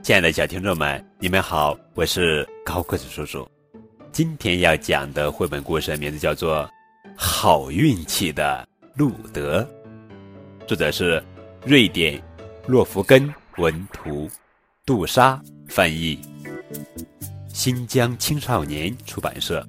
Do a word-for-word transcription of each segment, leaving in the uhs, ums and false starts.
亲爱的小听众们，你们好，我是高个子叔叔。今天要讲的绘本故事名字叫做《好运气的路德》，作者是瑞典洛夫根文图，杜莎翻译，新疆青少年出版社。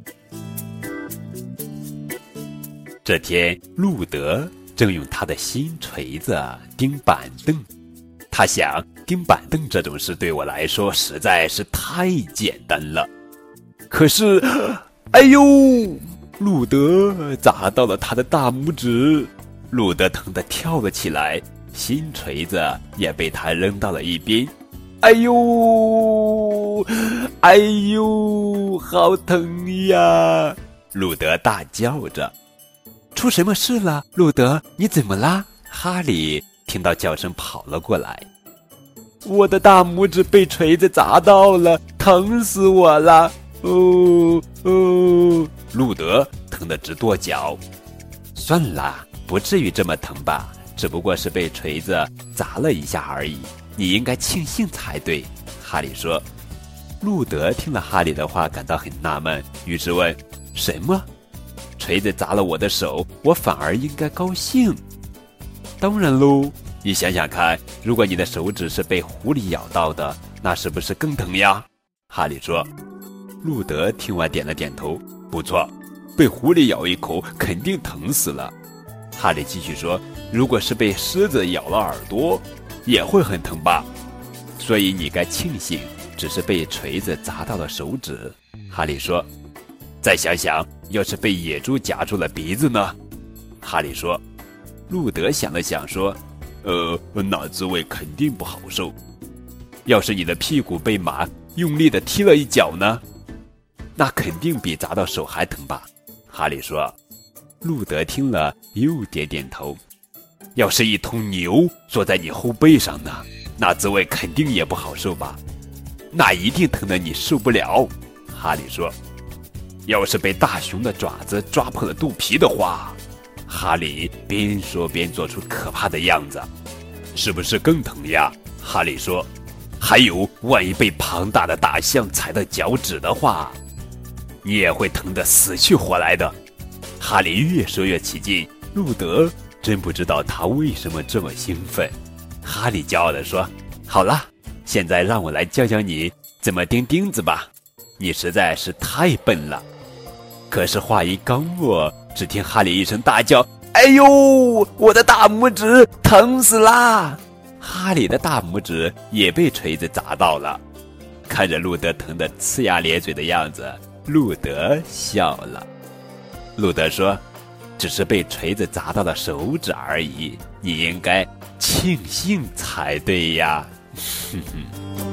这天，路德正用他的新锤子钉板凳。他想，钉板凳这种事对我来说实在是太简单了。可是，哎呦，路德砸到了他的大拇指，路德疼得跳了起来，新锤子也被他扔到了一边。哎呦，哎呦，好疼呀！路德大叫着。出什么事了，路德？你怎么啦？哈利听到叫声跑了过来。我的大拇指被锤子砸到了，疼死我了！哦哦，路德疼得直跺脚。算了，不至于这么疼吧？只不过是被锤子砸了一下而已，你应该庆幸才对。哈利说。路德听了哈利的话，感到很纳闷，于是问：什么？锤子砸了我的手，我反而应该高兴？当然喽，你想想看，如果你的手指是被狐狸咬到的，那是不是更疼呀？哈利说。路德听完点了点头，不错，被狐狸咬一口肯定疼死了。哈利继续说，如果是被狮子咬了耳朵，也会很疼吧？所以你该庆幸只是被锤子砸到了手指。哈利说。再想想，要是被野猪夹住了鼻子呢？哈利说。路德想了想说，呃，那滋味肯定不好受。要是你的屁股被马用力地踢了一脚呢？那肯定比砸到手还疼吧？哈利说。路德听了又点点头。要是一头牛坐在你后背上呢？那滋味肯定也不好受吧？那一定疼得你受不了。哈利说。要是被大熊的爪子抓破了肚皮的话，哈利边说边做出可怕的样子，是不是更疼呀？哈利说。还有，万一被庞大的大象踩到脚趾的话，你也会疼得死去活来的。哈利越说越起劲，路德真不知道他为什么这么兴奋。哈利骄傲地说，好了，现在让我来教教你怎么钉钉子吧，你实在是太笨了。可是话音刚落，只听哈利一声大叫，哎呦，我的大拇指疼死啦！哈利的大拇指也被锤子砸到了。看着路德疼得呲牙咧嘴的样子，路德笑了。路德说，只是被锤子砸到了手指而已，你应该庆幸才对呀。哼哼。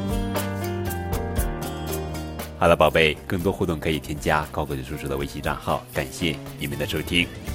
好了，宝贝，更多互动可以添加高个子叔叔的微信账号，感谢你们的收听。